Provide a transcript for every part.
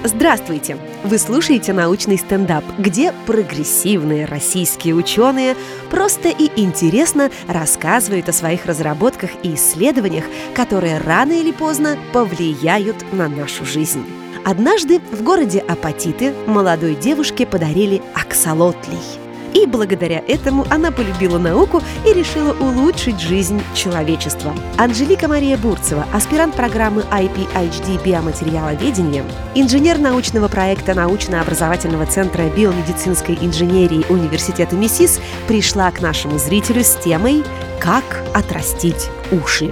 Здравствуйте! Вы слушаете «Научный стендап», где прогрессивные российские ученые просто и интересно рассказывают о своих разработках и исследованиях, которые рано или поздно повлияют на нашу жизнь. Однажды в городе Апатиты молодой девушке подарили аксолотлей. И благодаря этому она полюбила науку и решила улучшить жизнь человечества. Анжелика Мария Бурцева, аспирант программы IPHD биоматериаловедения, инженер научного проекта научно-образовательного центра биомедицинской инженерии Университета МИСИС, пришла к нашему зрителю с темой «Как отрастить уши».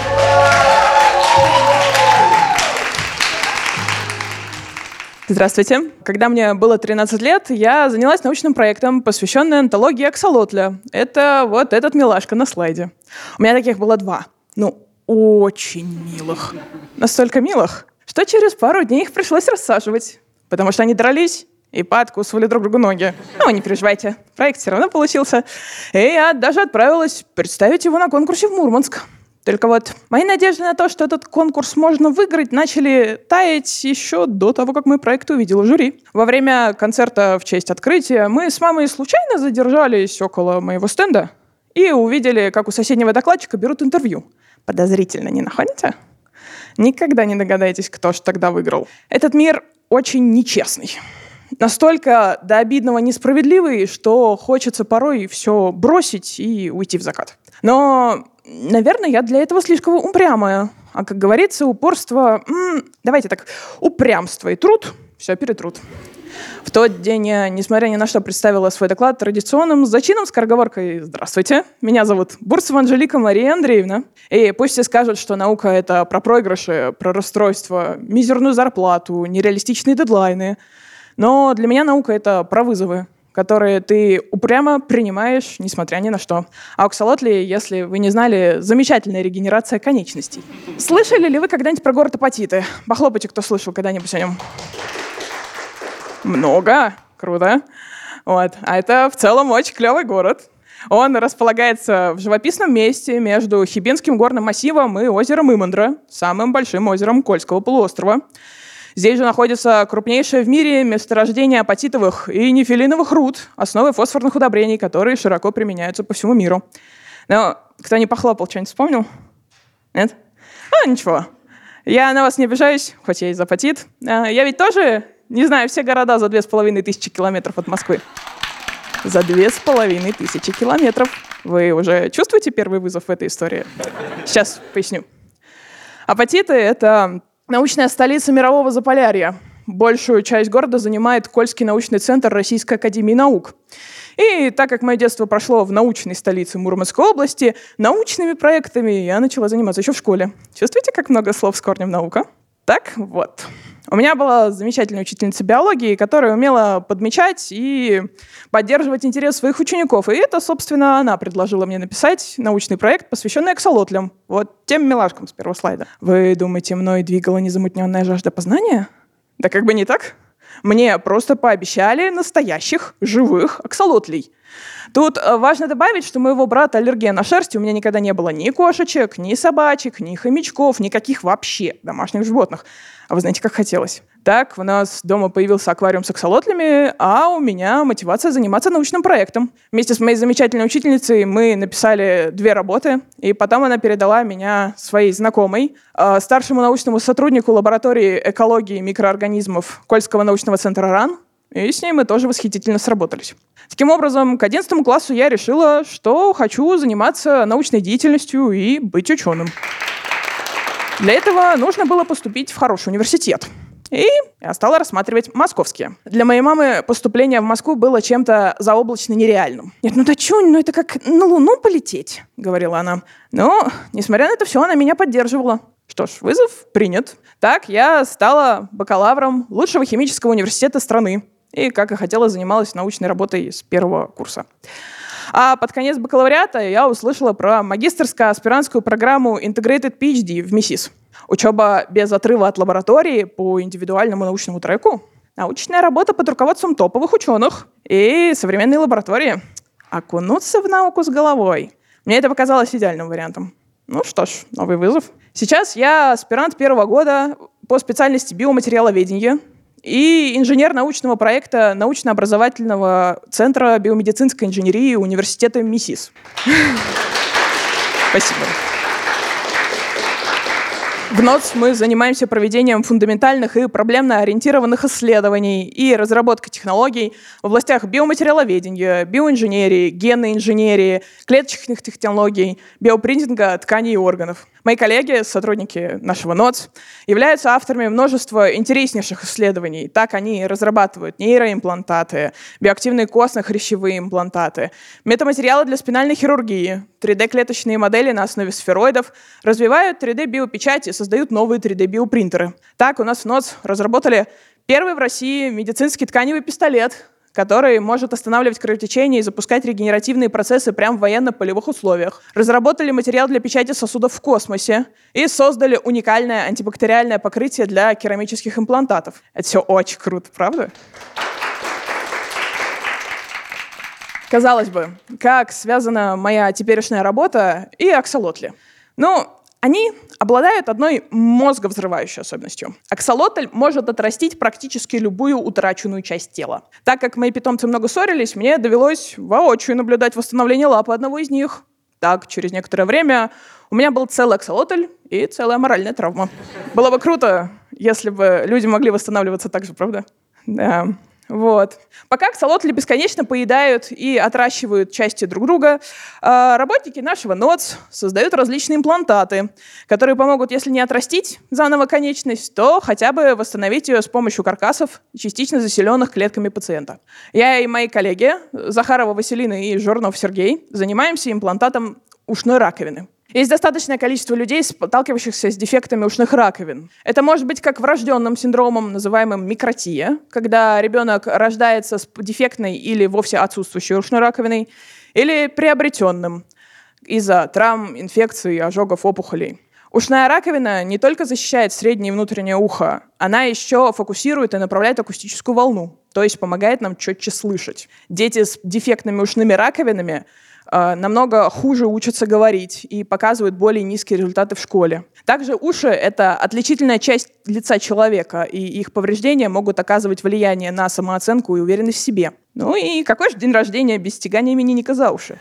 Здравствуйте. Когда мне было 13 лет, я занялась научным проектом, посвященным онтологии аксолотля. Это вот этот милашка на слайде. У меня таких было 2. Очень милых. Настолько милых, что через пару дней их пришлось рассаживать, потому что они дрались и пооткусывали друг другу ноги. Не переживайте, проект все равно получился. И я даже отправилась представить его на конкурсе в Мурманск. Только вот мои надежды на то, что этот конкурс можно выиграть, начали таять еще до того, как мой проект увидел жюри. Во время концерта в честь открытия мы с мамой случайно задержались около моего стенда и увидели, как у соседнего докладчика берут интервью. Подозрительно, не находите? Никогда не догадаетесь, кто же тогда выиграл. Этот мир очень нечестный. Настолько до обидного несправедливый, что хочется порой все бросить и уйти в закат. Но, наверное, я для этого слишком упрямая. А, как говорится, упорство... упрямство и труд все перетрут. В тот день я, несмотря ни на что, представила свой доклад традиционным зачином с скороговоркой «Здравствуйте, меня зовут Бурцева Анжелика Мария Андреевна». И пусть все скажут, что наука — это про проигрыши, про расстройства, мизерную зарплату, нереалистичные дедлайны. Но для меня наука — это про вызовы, которые ты упрямо принимаешь, несмотря ни на что. А аксолотли, если вы не знали, замечательная регенерация конечностей. Слышали ли вы когда-нибудь про город Апатиты? Похлопайте, кто слышал когда-нибудь о нем. Много. Круто. А это в целом очень клевый город. Он располагается в живописном месте между Хибинским горным массивом и озером Имандра, самым большим озером Кольского полуострова. Здесь же находится крупнейшее в мире месторождение апатитовых и нефелиновых руд, основы фосфорных удобрений, которые широко применяются по всему миру. Но кто не похлопал, что-нибудь вспомнил? Нет? Ничего. Я на вас не обижаюсь, хоть я из Апатит. Я ведь тоже не знаю все города за 2500 километров от Москвы. За 2500 километров. Вы уже чувствуете первый вызов в этой истории? Сейчас поясню. Апатиты — это научная столица мирового Заполярья. Большую часть города занимает Кольский научный центр Российской академии наук. И так как мое детство прошло в научной столице Мурманской области, научными проектами я начала заниматься еще в школе. Чувствуете, как много слов с корнем наука? Так вот. У меня была замечательная учительница биологии, которая умела подмечать и поддерживать интерес своих учеников. И это, собственно, она предложила мне написать научный проект, посвященный аксолотлям. Вот тем милашкам с первого слайда. Вы думаете, мной двигала незамутненная жажда познания? Да как бы не так. Мне просто пообещали настоящих, живых аксолотлей. Тут важно добавить, что у моего брата аллергия на шерсть, у меня никогда не было ни кошечек, ни собачек, ни хомячков, никаких вообще домашних животных. А вы знаете, как хотелось. Так, у нас дома появился аквариум с аксолотлями, а у меня мотивация заниматься научным проектом. Вместе с моей замечательной учительницей мы написали 2 работы, и потом она передала меня своей знакомой, старшему научному сотруднику лаборатории экологии микроорганизмов Кольского научного центра РАН, и с ней мы тоже восхитительно сработались. Таким образом, к 11 классу я решила, что хочу заниматься научной деятельностью и быть ученым. Для этого нужно было поступить в хороший университет. И я стала рассматривать московские. Для моей мамы поступление в Москву было чем-то заоблачно нереальным. «Нет, это как на Луну полететь», — говорила она. Но, несмотря на это все, она меня поддерживала. Что ж, вызов принят. Так я стала бакалавром лучшего химического университета страны. И, как и хотела, занималась научной работой с 1 курса. А под конец бакалавриата я услышала про магистерско-аспирантскую программу Integrated PhD в МИСИС. Учеба без отрыва от лаборатории по индивидуальному научному треку, научная работа под руководством топовых ученых и современные лаборатории. Окунуться в науку с головой. Мне это показалось идеальным вариантом. Ну что ж, новый вызов. Сейчас я аспирант 1 года по специальности биоматериаловедения. и инженер научного проекта научно-образовательного центра биомедицинской инженерии университета МИСИС. Спасибо. В НОЦ мы занимаемся проведением фундаментальных и проблемно-ориентированных исследований и разработкой технологий в областях биоматериаловедения, биоинженерии, генной инженерии, клеточных технологий, биопринтинга тканей и органов. Мои коллеги, сотрудники нашего НОЦ, являются авторами множества интереснейших исследований. Так они разрабатывают нейроимплантаты, биоактивные костно-хрящевые имплантаты, метаматериалы для спинальной хирургии, 3D-клеточные модели на основе сфероидов, развивают 3D-биопечать и создают новые 3D-биопринтеры. Так у нас в НОЦ разработали первый в России медицинский тканевый пистолет, который может останавливать кровотечение и запускать регенеративные процессы прямо в военно-полевых условиях. Разработали материал для печати сосудов в космосе и создали уникальное антибактериальное покрытие для керамических имплантатов. Это все очень круто, правда? Казалось бы, как связана моя теперешняя работа и аксолотли? Они обладают одной мозговзрывающей особенностью. Аксолотль может отрастить практически любую утраченную часть тела. Так как мои питомцы много ссорились, мне довелось воочию наблюдать восстановление лапы одного из них. Так, через некоторое время у меня был целый аксолотль и целая моральная травма. Было бы круто, если бы люди могли восстанавливаться так же, правда? Да. Вот. Пока аксолотли бесконечно поедают и отращивают части друг друга, работники нашего НОЦ создают различные имплантаты, которые помогут, если не отрастить заново конечность, то хотя бы восстановить ее с помощью каркасов, частично заселенных клетками пациента. Я и мои коллеги, Захарова Василина и Жорнов Сергей, занимаемся имплантатом ушной раковины. Есть достаточное количество людей, сталкивающихся с дефектами ушных раковин. Это может быть как врожденным синдромом, называемым микротия, когда ребенок рождается с дефектной или вовсе отсутствующей ушной раковиной, или приобретенным из-за травм, инфекций, ожогов, опухолей. Ушная раковина не только защищает среднее и внутреннее ухо, она еще фокусирует и направляет акустическую волну, то есть помогает нам четче слышать. Дети с дефектными ушными раковинами намного хуже учатся говорить и показывают более низкие результаты в школе. Также уши — это отличительная часть лица человека, и их повреждения могут оказывать влияние на самооценку и уверенность в себе. И какой же день рождения без стягания именинника за уши?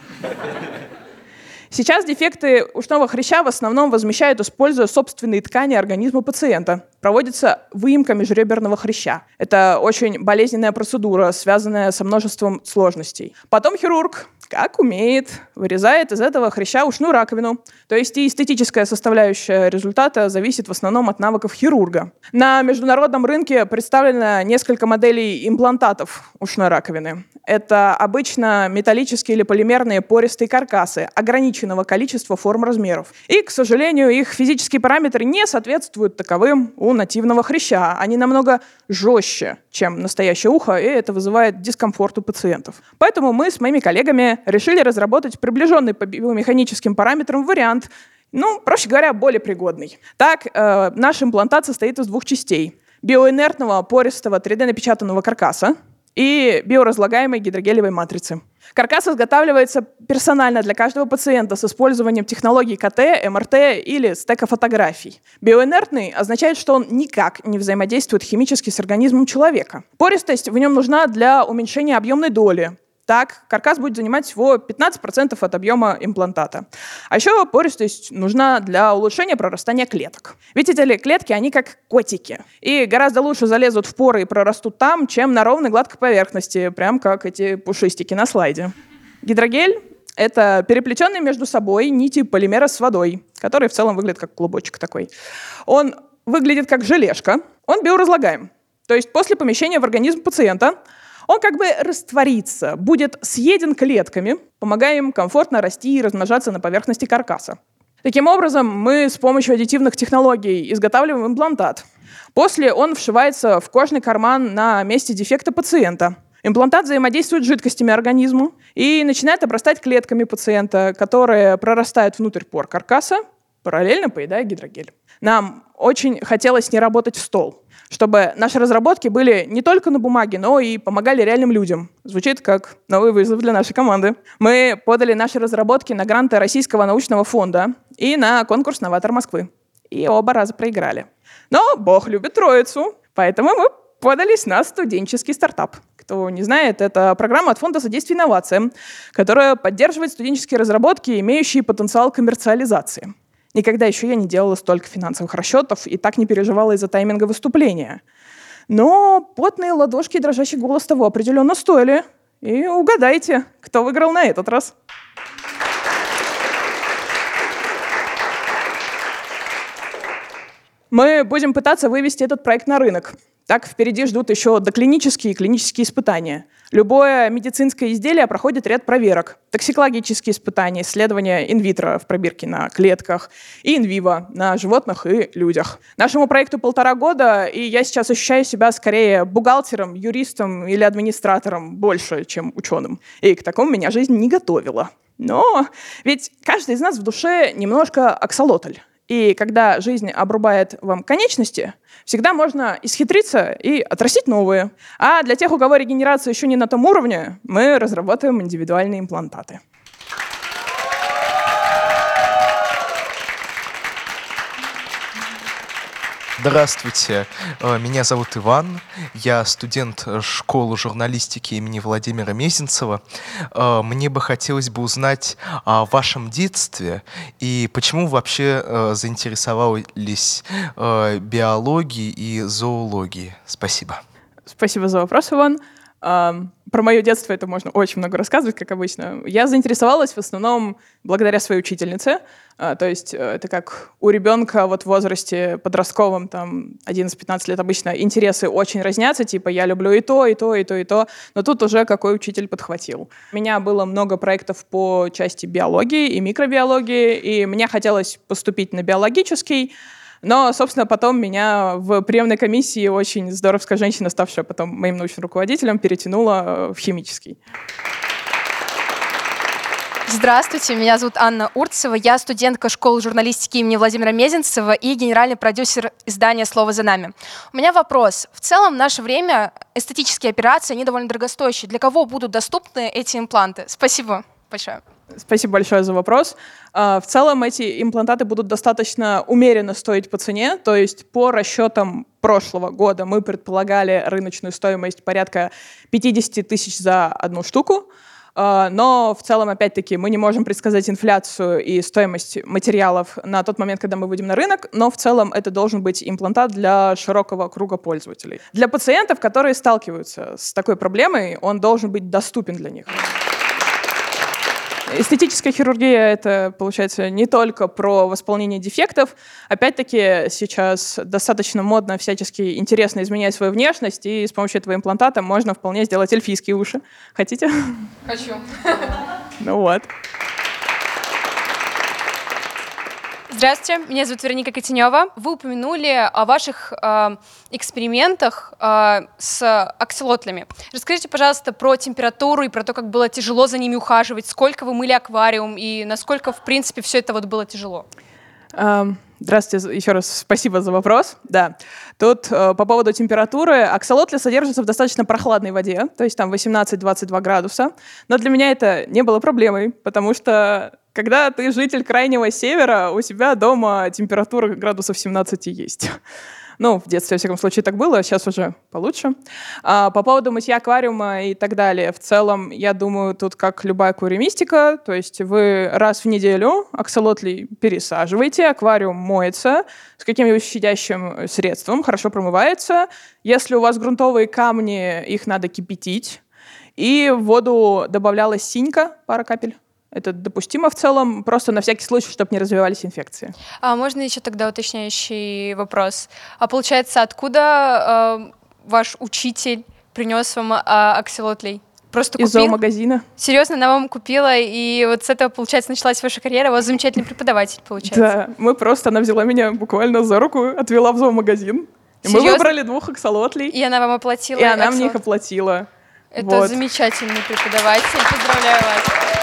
Сейчас дефекты ушного хряща в основном возмещают, используя собственные ткани организма пациента. Проводится выемка межреберного хряща. Это очень болезненная процедура, связанная со множеством сложностей. Потом хирург, как умеет, вырезает из этого хряща ушную раковину. То есть и эстетическая составляющая результата зависит в основном от навыков хирурга. На международном рынке представлено несколько моделей имплантатов ушной раковины. Это обычно металлические или полимерные пористые каркасы ограниченного количества форм размеров. И, к сожалению, их физические параметры не соответствуют таковым у нативного хряща. Они намного жестче, чем настоящее ухо, и это вызывает дискомфорт у пациентов. Поэтому мы с моими коллегами решили разработать приближенный по биомеханическим параметрам вариант, проще говоря, более пригодный. Так, наш имплантат состоит из двух частей: биоинертного пористого 3D-напечатанного каркаса и биоразлагаемой гидрогелевой матрицы. Каркас изготавливается персонально для каждого пациента с использованием технологий КТ, МРТ или стекофотографий. Биоинертный означает, что он никак не взаимодействует химически с организмом человека. Пористость в нем нужна для уменьшения объемной доли. Так, каркас будет занимать всего 15% от объема имплантата. А еще пористость нужна для улучшения прорастания клеток. Видите ли, клетки, они как котики. И гораздо лучше залезут в поры и прорастут там, чем на ровной гладкой поверхности, прям как эти пушистики на слайде. Гидрогель — это переплетенные между собой нити полимера с водой, который в целом выглядит как клубочек такой. Он выглядит как желешка, он биоразлагаем. То есть после помещения в организм пациента он как бы растворится, будет съеден клетками, помогая им комфортно расти и размножаться на поверхности каркаса. Таким образом, мы с помощью аддитивных технологий изготавливаем имплантат. После он вшивается в кожный карман на месте дефекта пациента. Имплантат взаимодействует с жидкостями организма и начинает обрастать клетками пациента, которые прорастают внутрь пор каркаса, параллельно поедая гидрогель. Нам очень хотелось не работать в стол, чтобы наши разработки были не только на бумаге, но и помогали реальным людям. Звучит как новый вызов для нашей команды. Мы подали наши разработки на гранты Российского научного фонда и на конкурс «Новатор Москвы». И оба раза проиграли. Но Бог любит троицу, поэтому мы подались на студенческий стартап. Кто не знает, это программа от Фонда содействия инновациям, которая поддерживает студенческие разработки, имеющие потенциал коммерциализации. Никогда еще я не делала столько финансовых расчетов и так не переживала из-за тайминга выступления. Но потные ладошки и дрожащий голос того определенно стоили. И угадайте, кто выиграл на этот раз. Мы будем пытаться вывести этот проект на рынок. Так впереди ждут еще доклинические и клинические испытания. Любое медицинское изделие проходит ряд проверок. Токсикологические испытания, исследования инвитро в пробирке на клетках и инвиво на животных и людях. Нашему проекту 1,5 года, и я сейчас ощущаю себя скорее бухгалтером, юристом или администратором больше, чем ученым. И к такому меня жизнь не готовила. Но ведь каждый из нас в душе немножко аксолотль. И когда жизнь обрубает вам конечности, всегда можно исхитриться и отрастить новые. А для тех, у кого регенерация еще не на том уровне, мы разрабатываем индивидуальные имплантаты. Здравствуйте, меня зовут Иван, я студент школы журналистики имени Владимира Мезенцева. Мне бы хотелось бы узнать о вашем детстве и почему вы вообще заинтересовались биологией и зоологией. Спасибо. Спасибо за вопрос, Иван. Про мое детство это можно очень много рассказывать, как обычно. Я заинтересовалась в основном благодаря своей учительнице. То есть это как у ребенка вот в возрасте подростковом, там 11-15 лет обычно интересы очень разнятся, типа я люблю и то, и то, и то, и то. Но тут уже какой учитель подхватил. У меня было много проектов по части биологии и микробиологии, и мне хотелось поступить на биологический. Но, собственно, потом меня в приемной комиссии очень здоровская женщина, ставшая потом моим научным руководителем, перетянула в химический. Здравствуйте, меня зовут Анна Урцева, я студентка школы журналистики имени Владимира Мезенцева и генеральный продюсер издания «Слово за нами». У меня вопрос. В целом в наше время эстетические операции, они довольно дорогостоящие. Для кого будут доступны эти импланты? Спасибо большое. Спасибо большое за вопрос. В целом эти имплантаты будут достаточно умеренно стоить по цене, то есть по расчетам прошлого года мы предполагали рыночную стоимость порядка 50 тысяч за одну штуку, но в целом, опять-таки, мы не можем предсказать инфляцию и стоимость материалов на тот момент, когда мы выйдем на рынок, но в целом это должен быть имплантат для широкого круга пользователей. Для пациентов, которые сталкиваются с такой проблемой, он должен быть доступен для них. Эстетическая хирургия — это, получается, не только про восполнение дефектов. Опять-таки, сейчас достаточно модно всячески интересно изменять свою внешность, и с помощью этого имплантата можно вполне сделать эльфийские уши. Хотите? Хочу. Ну вот. Здравствуйте, меня зовут Вероника Котенева. Вы упомянули о ваших экспериментах с аксолотлями. Расскажите, пожалуйста, про температуру и про то, как было тяжело за ними ухаживать, сколько вы мыли аквариум и насколько, в принципе, все это вот было тяжело. Здравствуйте, еще раз спасибо за вопрос. Да. Тут по поводу температуры. Аксолотли содержатся в достаточно прохладной воде, то есть там 18-22 градуса. Но для меня это не было проблемой, потому что когда ты житель Крайнего Севера, у себя дома температура градусов 17 есть. Ну, в детстве, во всяком случае, так было, сейчас уже получше. По поводу мытья аквариума и так далее, в целом, я думаю, тут как любая аквариумистика, то есть вы раз в неделю аксолотлей пересаживаете, аквариум моется с каким-нибудь щадящим средством, хорошо промывается. Если у вас грунтовые камни, их надо кипятить. И в воду добавлялась синька, пара капель. Это допустимо в целом, просто на всякий случай, чтобы не развивались инфекции. Можно еще тогда уточняющий вопрос? Получается, откуда ваш учитель принес вам аксолотлей? Просто из зоомагазина. Серьезно, она вам купила, и вот с этого, получается, началась ваша карьера. У вас замечательный преподаватель, получается. Да, она взяла меня буквально за руку, отвела в зоомагазин. И мы выбрали 2 аксолотлей. И она вам оплатила? И она мне их оплатила. Это замечательный преподаватель. Поздравляю вас.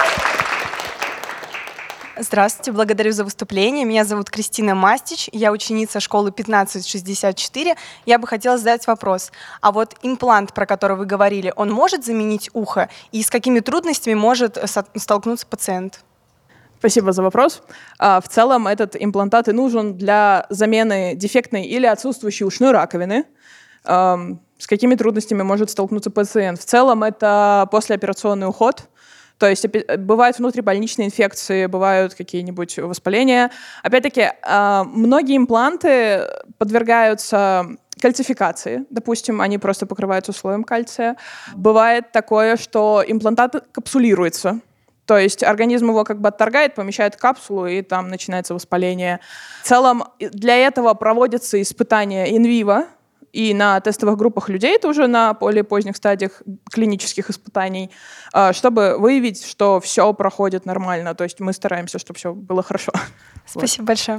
Здравствуйте, благодарю за выступление. Меня зовут Кристина Мастич, я ученица школы 1564. Я бы хотела задать вопрос. А вот имплант, про который вы говорили, он может заменить ухо? И с какими трудностями может столкнуться пациент? Спасибо за вопрос. В целом этот имплантат и нужен для замены дефектной или отсутствующей ушной раковины. с какими трудностями может столкнуться пациент. В целом это послеоперационный уход. То есть бывают внутрибольничные инфекции, бывают какие-нибудь воспаления. Опять-таки, многие импланты подвергаются кальцификации. Допустим, они просто покрываются слоем кальция. Бывает такое, что имплантат капсулируется. То есть организм его как бы отторгает, помещает в капсулу, и там начинается воспаление. В целом для этого проводятся испытания инвиво, и на тестовых группах людей, это уже на более поздних стадиях клинических испытаний, чтобы выявить, что все проходит нормально. То есть мы стараемся, чтобы все было хорошо. Спасибо большое.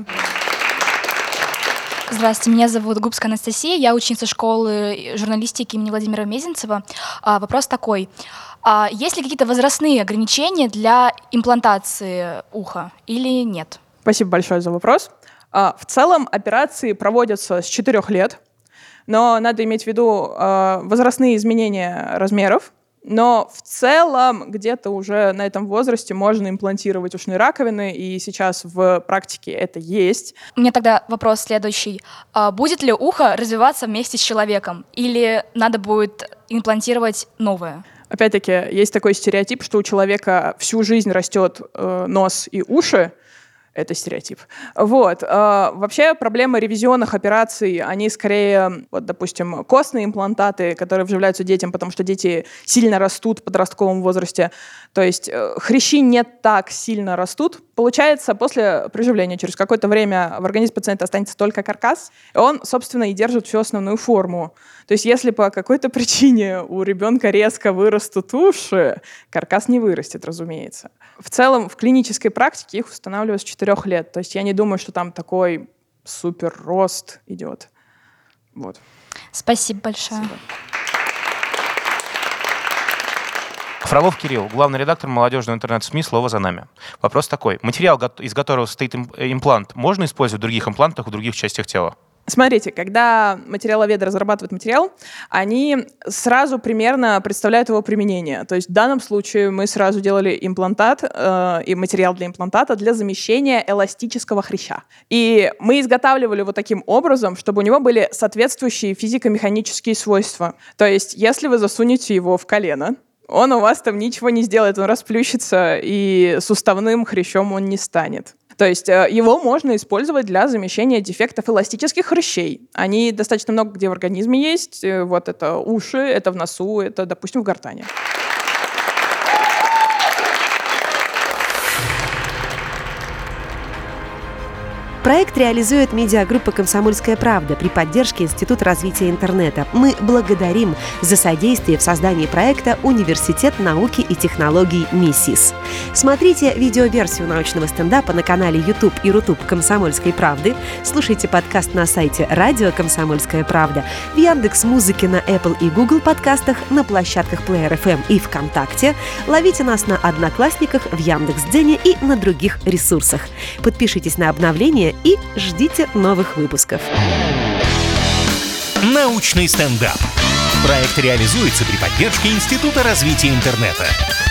Здравствуйте, меня зовут Губская Анастасия, я ученица школы журналистики имени Владимира Мезенцева. Вопрос такой. Есть ли какие-то возрастные ограничения для имплантации уха или нет? Спасибо большое за вопрос. В целом операции проводятся с 4 лет, но надо иметь в виду возрастные изменения размеров. Но в целом где-то уже на этом возрасте можно имплантировать ушные раковины, и сейчас в практике это есть. У меня тогда вопрос следующий. Будет ли ухо развиваться вместе с человеком, или надо будет имплантировать новое? Опять-таки, есть такой стереотип, что у человека всю жизнь растет нос и уши. Это стереотип. Вот. Вообще проблема ревизионных операций, они скорее, вот, допустим, костные имплантаты, которые вживляются детям, потому что дети сильно растут в подростковом возрасте. То есть хрящи не так сильно растут. Получается, после приживления через какое-то время в организме пациента останется только каркас, и он, собственно, и держит всю основную форму. То есть если по какой-то причине у ребенка резко вырастут уши, каркас не вырастет, разумеется. В целом, в клинической практике их устанавливают с 4 лет. То есть я не думаю, что там такой супер рост идет. Вот. Спасибо большое. Спасибо. Фролов Кирилл, главный редактор молодежного интернет-СМИ «Слово за нами». Вопрос такой. Материал, из которого состоит имплант, можно использовать в других имплантах, в других частях тела? Смотрите, когда материаловеды разрабатывают материал, они сразу примерно представляют его применение. То есть в данном случае мы сразу делали имплантат и материал для имплантата для замещения эластического хряща. И мы изготавливали его таким образом, чтобы у него были соответствующие физико-механические свойства. То есть если вы засунете его в колено, он у вас там ничего не сделает, он расплющится, и суставным хрящом он не станет. То есть его можно использовать для замещения дефектов эластических хрящей. Они достаточно много где в организме есть. Вот это уши, это в носу, это, допустим, в гортани. Проект реализует медиагруппа «Комсомольская правда» при поддержке Института развития интернета. Мы благодарим за содействие в создании проекта Университет науки и технологий МИСИС. Смотрите видеоверсию научного стендапа на канале YouTube и Рутуб «Комсомольской правды». Слушайте подкаст на сайте радио «Комсомольская правда», в Яндекс.Музыке, на Apple и Google подкастах, на площадках Player FM и ВКонтакте. Ловите нас на Одноклассниках, в Яндекс.Дзене и на других ресурсах. Подпишитесь на обновления и ждите новых выпусков. Научный стендап. Проект реализуется при поддержке Института развития интернета.